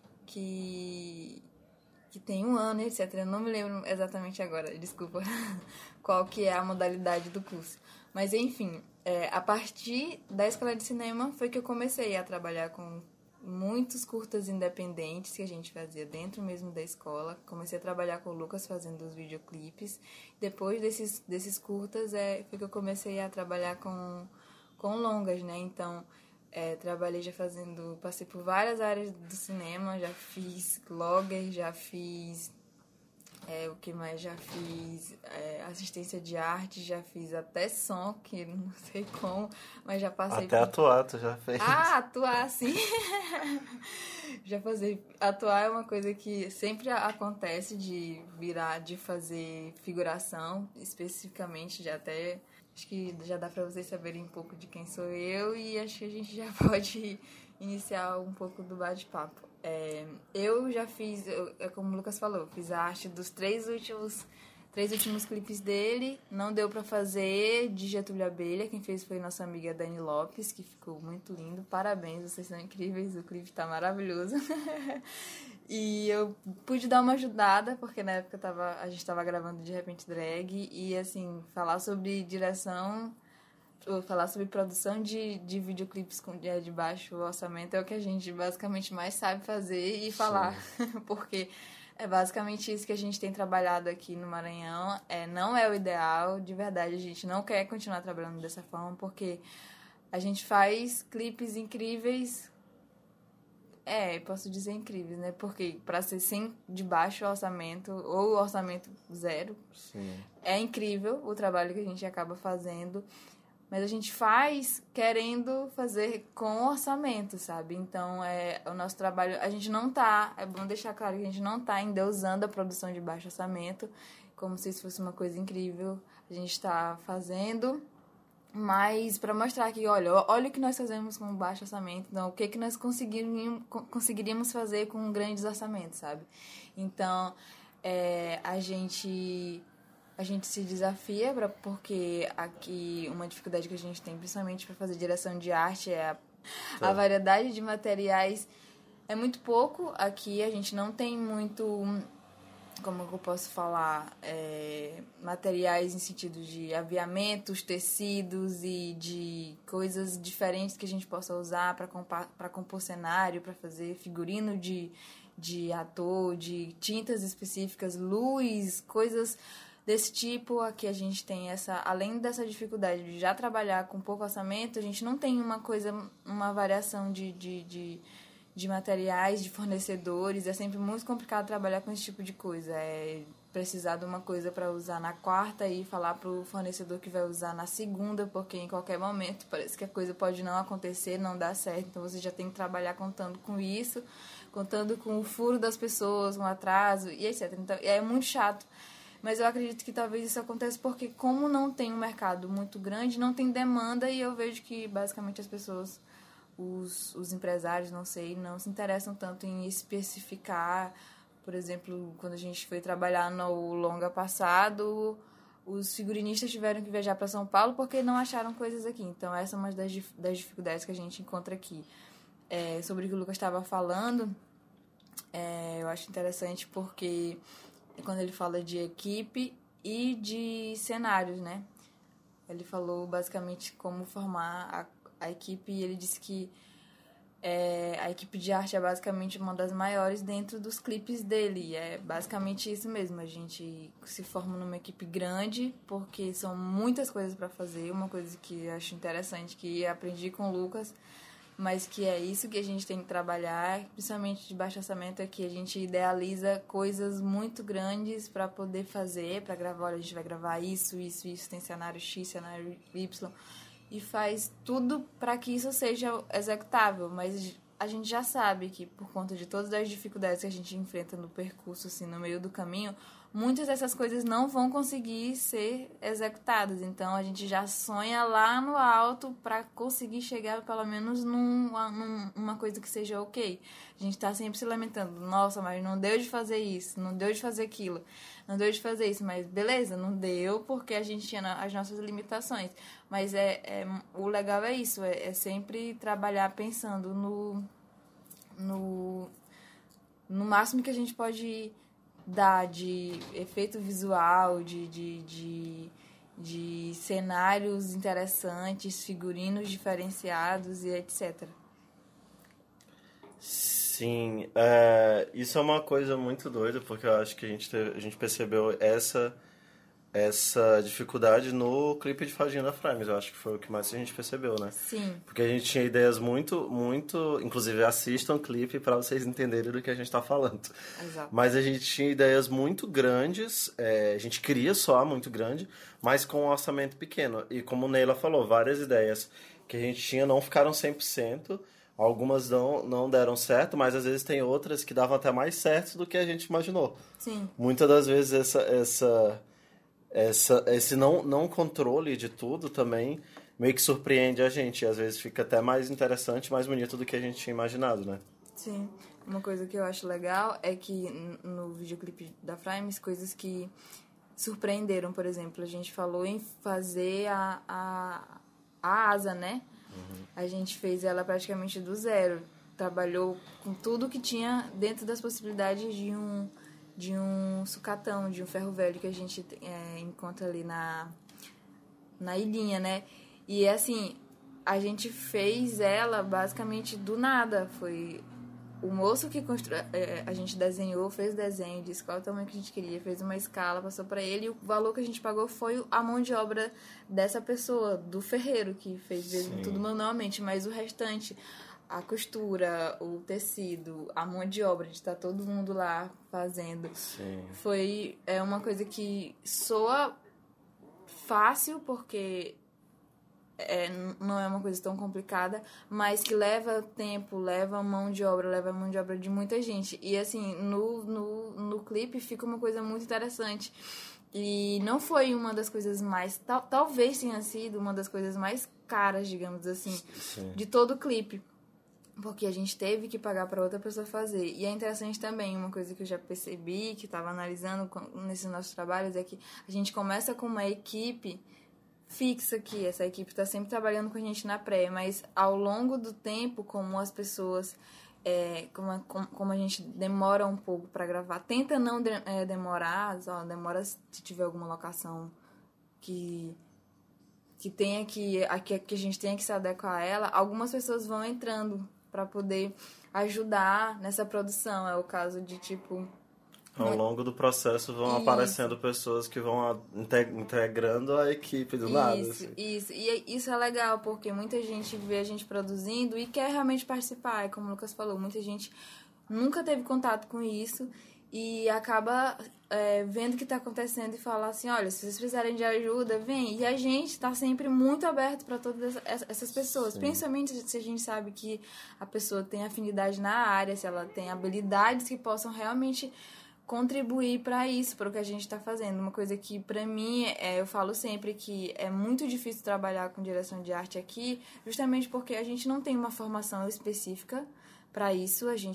que tem 1 ano, etc. Eu não me lembro exatamente agora, desculpa, qual que é a modalidade do curso. Mas, enfim, a partir da escola de cinema foi que eu comecei a trabalhar com muitos curtas independentes que a gente fazia dentro mesmo da escola. Comecei a trabalhar com o Lucas fazendo os videoclipes. Depois desses curtas foi que eu comecei a trabalhar com longas, né? Então, trabalhei passei por várias áreas do cinema, já fiz blogger, já fiz... o que mais? Já fiz assistência de arte, já fiz até som, que não sei como, mas já passei... Até atuar, tu já fez. Ah, atuar, sim! Já passei... Atuar é uma coisa que sempre acontece de fazer figuração, especificamente, acho que já dá pra vocês saberem um pouco de quem sou eu, e acho que a gente já pode iniciar um pouco do bate-papo. Eu já fiz, como o Lucas falou, fiz a arte dos 3 últimos clipes dele. Não deu pra fazer de Getúlio Abelha. Quem fez foi nossa amiga Dani Lopes, que ficou muito lindo. Parabéns, vocês são incríveis, o clipe tá maravilhoso. E eu pude dar uma ajudada, porque na época a gente tava gravando De Repente Drag, e assim, falar sobre direção... Falar sobre produção de videoclipes de baixo orçamento é o que a gente basicamente mais sabe fazer e falar. Porque é basicamente isso que a gente tem trabalhado aqui no Maranhão. Não é o ideal, de verdade. A gente não quer continuar trabalhando dessa forma, porque a gente faz clipes incríveis. Posso dizer incríveis, né? Porque para ser sem de baixo orçamento ou orçamento zero, sim, é incrível o trabalho que a gente acaba fazendo. Mas a gente faz querendo fazer com orçamento, sabe? Então, o nosso trabalho... A gente não tá... É bom deixar claro que a gente não tá endeusando a produção de baixo orçamento, como se isso fosse uma coisa incrível. A gente tá fazendo, mas para mostrar que, olha o que nós fazemos com baixo orçamento, então, o que nós conseguiríamos fazer com grandes orçamentos, sabe? Então, a gente se desafia, porque aqui uma dificuldade que a gente tem, principalmente para fazer direção de arte, é a variedade de materiais. É muito pouco aqui, a gente não tem muito, como eu posso falar, materiais em sentido de aviamentos, tecidos e de coisas diferentes que a gente possa usar para compor cenário, para fazer figurino de ator, de tintas específicas, luz, coisas... Desse tipo, aqui a gente tem além dessa dificuldade de já trabalhar com pouco orçamento, a gente não tem uma variação de materiais, de fornecedores. É sempre muito complicado trabalhar com esse tipo de coisa. Precisar de uma coisa para usar na quarta e falar para o fornecedor que vai usar na segunda, porque em qualquer momento parece que a coisa pode não acontecer, não dar certo. Então você já tem que trabalhar contando com isso, contando com o furo das pessoas, um atraso e etc. Então é muito chato. Mas eu acredito que talvez isso aconteça porque, como não tem um mercado muito grande, não tem demanda, e eu vejo que, basicamente, as pessoas, os empresários, não se interessam tanto em especificar. Por exemplo, quando a gente foi trabalhar no longa passado, os figurinistas tiveram que viajar para São Paulo porque não acharam coisas aqui. Então, essa é uma das dificuldades que a gente encontra aqui. Sobre o que o Lucas estava falando, eu acho interessante porque... quando ele fala de equipe e de cenários, né? Ele falou basicamente como formar a equipe, e ele disse que a equipe de arte é basicamente uma das maiores dentro dos clipes dele. É basicamente isso mesmo, a gente se forma numa equipe grande porque são muitas coisas para fazer. Uma coisa que eu acho interessante, que aprendi com o Lucas, mas que é isso que a gente tem que trabalhar, principalmente de baixo orçamento, é que a gente idealiza coisas muito grandes para poder fazer, para gravar. Olha, a gente vai gravar isso, tem cenário X, cenário Y, e faz tudo para que isso seja executável, mas a gente já sabe que, por conta de todas as dificuldades que a gente enfrenta no percurso, assim, no meio do caminho, muitas dessas coisas não vão conseguir ser executadas. Então, a gente já sonha lá no alto para conseguir chegar, pelo menos, numa coisa que seja ok. A gente está sempre se lamentando. Nossa, mas não deu de fazer isso, não deu de fazer aquilo, não deu de fazer isso. Mas, beleza, não deu porque a gente tinha as nossas limitações. Mas o legal é isso, é sempre trabalhar pensando no máximo que a gente pode dar de efeito visual, de cenários interessantes, figurinos diferenciados e etc. Sim, isso é uma coisa muito doida, porque eu acho que a gente percebeu essa dificuldade no clipe de Fadinha da Frames. Eu acho que foi o que mais a gente percebeu, né? Sim. Porque a gente tinha ideias muito, muito... Inclusive, assistam o clipe para vocês entenderem do que a gente está falando. Exato. Mas a gente tinha ideias muito grandes, a gente queria soar muito grande, mas com um orçamento pequeno. E como o Neila falou, várias ideias que a gente tinha não ficaram 100%. Algumas não deram certo, mas às vezes tem outras que davam até mais certo do que a gente imaginou. Sim. Muitas das vezes esse não controle de tudo também meio que surpreende a gente. E às vezes fica até mais interessante, mais bonito do que a gente tinha imaginado, né? Sim. Uma coisa que eu acho legal é que no videoclipe da Frames, coisas que surpreenderam, por exemplo, a gente falou em fazer a asa, né? Uhum. A gente fez ela praticamente do zero. Trabalhou com tudo que tinha dentro das possibilidades de um sucatão, de um ferro velho que a gente encontra ali na ilhinha, né? E assim, a gente fez ela basicamente do nada. Foi o moço que a gente desenhou, fez o desenho, disse qual é o tamanho que a gente queria, fez uma escala, passou para ele, e o valor que a gente pagou foi a mão de obra dessa pessoa, do ferreiro, que fez tudo manualmente, mas o restante, a costura, o tecido, a mão de obra, de estar todo mundo lá fazendo. Sim. Foi uma coisa que soa fácil, porque não é uma coisa tão complicada, mas que leva tempo, leva mão de obra de muita gente. E assim, no clipe fica uma coisa muito interessante. E não foi uma das coisas mais... talvez tenha sido uma das coisas mais caras, digamos assim, Sim. de todo o clipe. Porque a gente teve que pagar para outra pessoa fazer. E é interessante também, uma coisa que eu já percebi, que estava analisando nesses nossos trabalhos, é que a gente começa com uma equipe fixa aqui. Essa equipe está sempre trabalhando com a gente na pré, mas ao longo do tempo, como as pessoas... como a gente demora um pouco para gravar, tenta não demorar, demora se tiver alguma locação que tenha que a gente tenha que se adequar a ela, algumas pessoas vão entrando para poder ajudar nessa produção. É o caso de tipo... Ao longo do processo vão aparecendo pessoas que vão integrando a equipe do nada. Assim. Isso. E isso é legal, porque muita gente vê a gente produzindo e quer realmente participar. E como o Lucas falou, muita gente nunca teve contato com isso e acaba vendo o que está acontecendo e fala assim, olha, se vocês precisarem de ajuda, vem. E a gente está sempre muito aberto para todas essas pessoas. Sim. Principalmente se a gente sabe que a pessoa tem afinidade na área, se ela tem habilidades que possam realmente contribuir para isso, para o que a gente está fazendo. Uma coisa que, para mim, eu falo sempre que é muito difícil trabalhar com direção de arte aqui, justamente porque a gente não tem uma formação específica para isso. Eu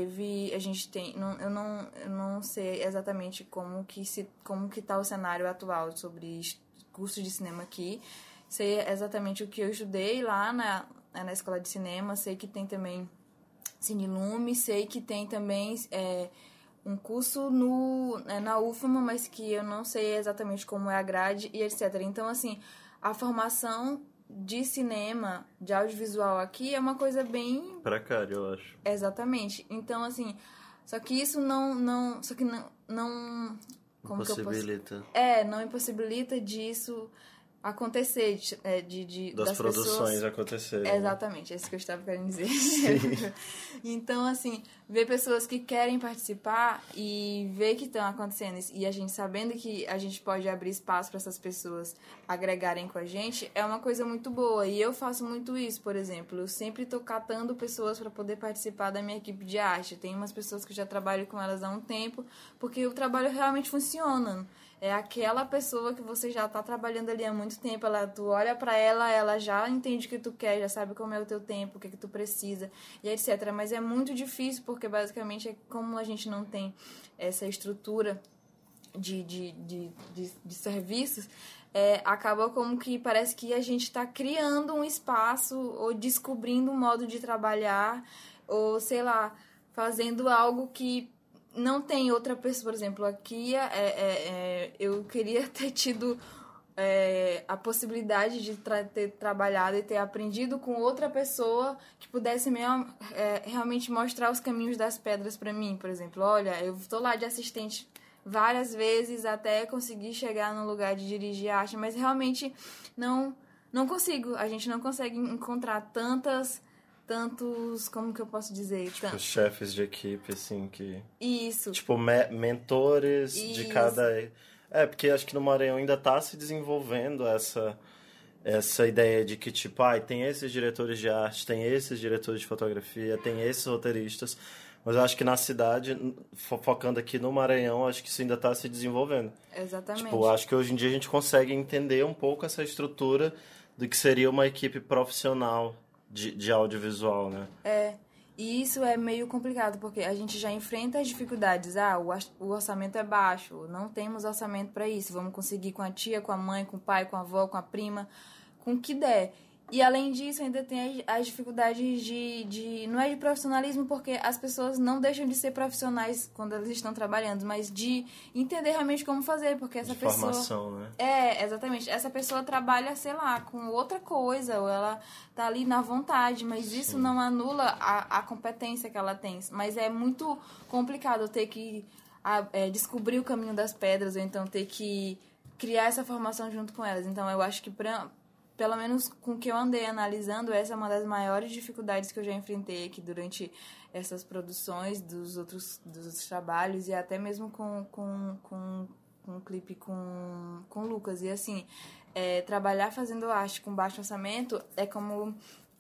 não sei exatamente como que tá o cenário atual sobre cursos de cinema aqui. Sei exatamente o que eu estudei lá na escola de cinema, sei que tem também Cinelume, sei que tem também... um curso na UFMA, mas que eu não sei exatamente como é a grade e etc. Então, assim, a formação de cinema, de audiovisual aqui é uma coisa bem... precária, eu acho. Exatamente. Então, assim, só que isso não como impossibilita. não impossibilita disso acontecer, das produções pessoas acontecerem. Exatamente, é isso que eu estava querendo dizer. Sim. Então, assim, ver pessoas que querem participar e ver que estão acontecendo e a gente sabendo que a gente pode abrir espaço para essas pessoas agregarem com a gente é uma coisa muito boa. E eu faço muito isso, por exemplo. Eu sempre estou catando pessoas para poder participar da minha equipe de arte. Tem umas pessoas que eu já trabalho com elas há um tempo, porque o trabalho realmente funciona. É aquela pessoa que você já está trabalhando ali há muito tempo, tu olha para ela, ela já entende o que tu quer, já sabe como é o teu tempo, o que tu precisa, e etc. Mas é muito difícil, porque basicamente, como a gente não tem essa estrutura de serviços, acaba como que parece que a gente está criando um espaço ou descobrindo um modo de trabalhar, ou sei lá, fazendo algo que não tem outra pessoa. Por exemplo, aqui eu queria ter tido a possibilidade de ter trabalhado e ter aprendido com outra pessoa que pudesse realmente mostrar os caminhos das pedras para mim. Por exemplo, olha, eu estou lá de assistente várias vezes até conseguir chegar no lugar de dirigir arte, mas realmente não consigo. A gente não consegue encontrar tantos, como que eu posso dizer? Tipo, chefes de equipe, assim, que... Isso. Tipo, mentores Isso. de cada... porque acho que no Maranhão ainda tá se desenvolvendo essa ideia de que, tipo, tem esses diretores de arte, tem esses diretores de fotografia, tem esses roteiristas, mas eu acho que na cidade, focando aqui no Maranhão, acho que isso ainda tá se desenvolvendo. Exatamente. Tipo, acho que hoje em dia a gente consegue entender um pouco essa estrutura do que seria uma equipe profissional de audiovisual, né? E isso é meio complicado, porque a gente já enfrenta as dificuldades. O orçamento é baixo, não temos orçamento para isso. Vamos conseguir com a tia, com a mãe, com o pai, com a avó, com a prima, com o que der. E, além disso, ainda tem as dificuldades não é de profissionalismo, porque as pessoas não deixam de ser profissionais quando elas estão trabalhando, mas de entender realmente como fazer, porque essa pessoa... formação, né? Exatamente. Essa pessoa trabalha, sei lá, com outra coisa, ou ela tá ali na vontade, mas isso não anula a competência que ela tem. Mas é muito complicado ter que descobrir o caminho das pedras, ou então ter que criar essa formação junto com elas. Então, eu acho que pelo menos com o que eu andei analisando, essa é uma das maiores dificuldades que eu já enfrentei aqui durante essas produções dos outros trabalhos, e até mesmo com o clipe com o Lucas. E assim, trabalhar fazendo arte com baixo orçamento é como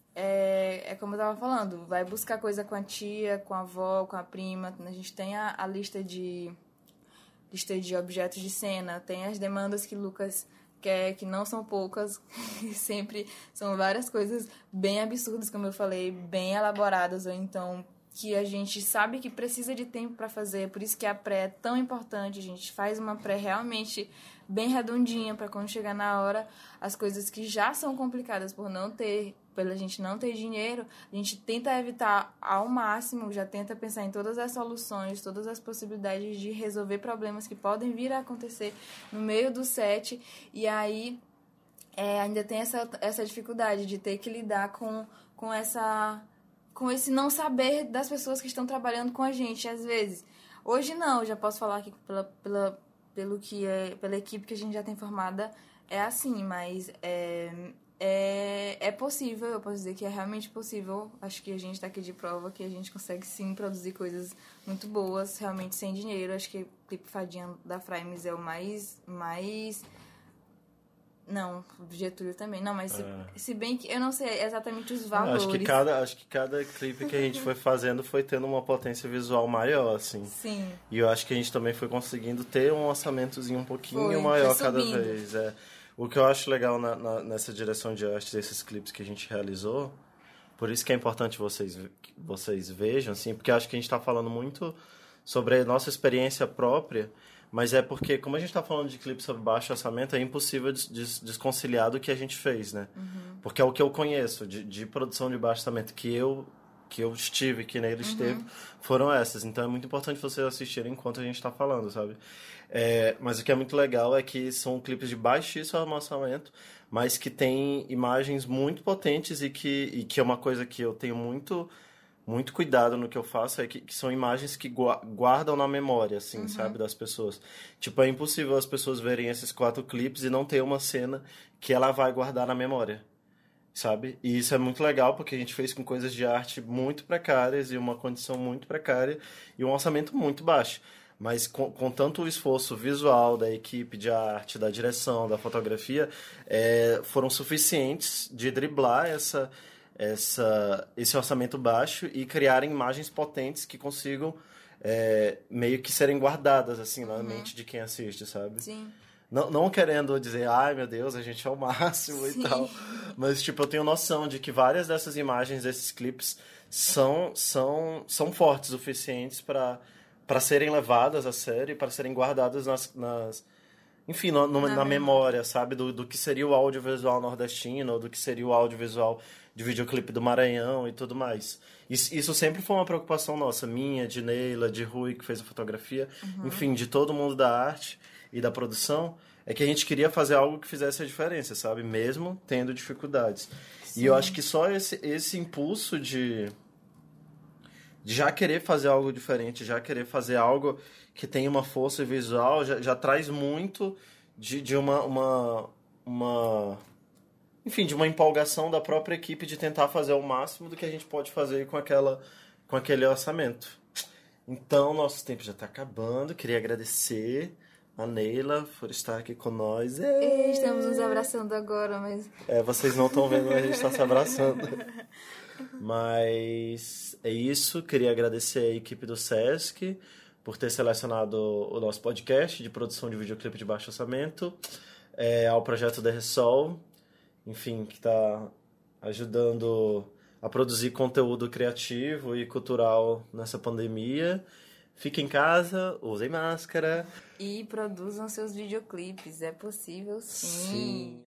eu tava falando, vai buscar coisa com a tia, com a avó, com a prima. A gente tem a lista de objetos de cena, tem as demandas que Lucas que não são poucas, sempre são várias coisas bem absurdas, como eu falei, bem elaboradas, ou então que a gente sabe que precisa de tempo para fazer, por isso que a pré é tão importante. A gente faz uma pré realmente bem redondinha para quando chegar na hora, as coisas que já são complicadas pela gente não ter dinheiro, a gente tenta evitar ao máximo, já tenta pensar em todas as soluções, todas as possibilidades de resolver problemas que podem vir a acontecer no meio do set, e aí ainda tem essa dificuldade de ter que lidar com esse não saber das pessoas que estão trabalhando com a gente, às vezes. Hoje não, já posso falar aqui pela equipe que a gente já tem formada, é assim, mas é possível, eu posso dizer que é realmente possível. Acho que a gente está aqui de prova que a gente consegue sim produzir coisas muito boas, realmente sem dinheiro. Acho que o clipe Fadinha da Frames é o mais... Não, Getúlio também. Não, mas se bem que eu não sei exatamente os valores. Acho que cada clipe que a gente foi fazendo foi tendo uma potência visual maior, assim. Sim. E eu acho que a gente também foi conseguindo ter um orçamentozinho um pouquinho maior cada vez. O que eu acho legal nessa direção de arte desses clipes que a gente realizou, por isso que é importante vocês vejam, assim, porque eu acho que a gente está falando muito sobre a nossa experiência própria, mas é porque, como a gente está falando de clipe sobre baixo orçamento, é impossível desconciliar do que a gente fez, né? Uhum. Porque é o que eu conheço de produção de baixo orçamento, que eu estive, que nele esteve, foram essas. Então é muito importante vocês assistirem enquanto a gente está falando, sabe? Mas o que é muito legal é que são clipes de baixíssimo orçamento, mas que tem imagens muito potentes e que é uma coisa que eu tenho muito muito cuidado no que eu faço, é que são imagens que guardam na memória, assim, sabe, das pessoas. Tipo, é impossível as pessoas verem esses 4 clipes e não ter uma cena que ela vai guardar na memória, sabe? E isso é muito legal, porque a gente fez com coisas de arte muito precárias e uma condição muito precária e um orçamento muito baixo. Mas com tanto o esforço visual da equipe de arte, da direção, da fotografia, foram suficientes de driblar esse orçamento baixo e criarem imagens potentes que consigam meio que serem guardadas assim na mente de quem assiste, sabe? Sim. Não querendo dizer, ai meu Deus, a gente é o máximo e tal. Mas, tipo, eu tenho noção de que várias dessas imagens, desses clipes, são fortes o suficientes para serem levadas a sério e para serem guardadas enfim, na memória, sabe? Do que seria o audiovisual nordestino, ou do que seria o audiovisual de videoclipe do Maranhão e tudo mais. Isso sempre foi uma preocupação nossa, minha, de Neila, de Rui, que fez a fotografia, enfim, de todo mundo da arte e da produção, é que a gente queria fazer algo que fizesse a diferença, sabe? Mesmo tendo dificuldades. Sim. E eu acho que só esse impulso de já querer fazer algo diferente, já querer fazer algo que tenha uma força visual, já traz muito de enfim, de uma empolgação da própria equipe de tentar fazer o máximo do que a gente pode fazer com aquele orçamento. Então, nosso tempo já está acabando. Queria agradecer a Neila por estar aqui com nós. Estamos nos abraçando agora, mas... vocês não estão vendo, mas a gente está se abraçando. Mas é isso. Queria agradecer a equipe do Sesc por ter selecionado o nosso podcast de produção de videoclipe de baixo orçamento, ao projeto The Resol, enfim, que está ajudando a produzir conteúdo criativo e cultural nessa pandemia. Fiquem em casa, usem máscara. E produzam seus videoclipes, é possível sim.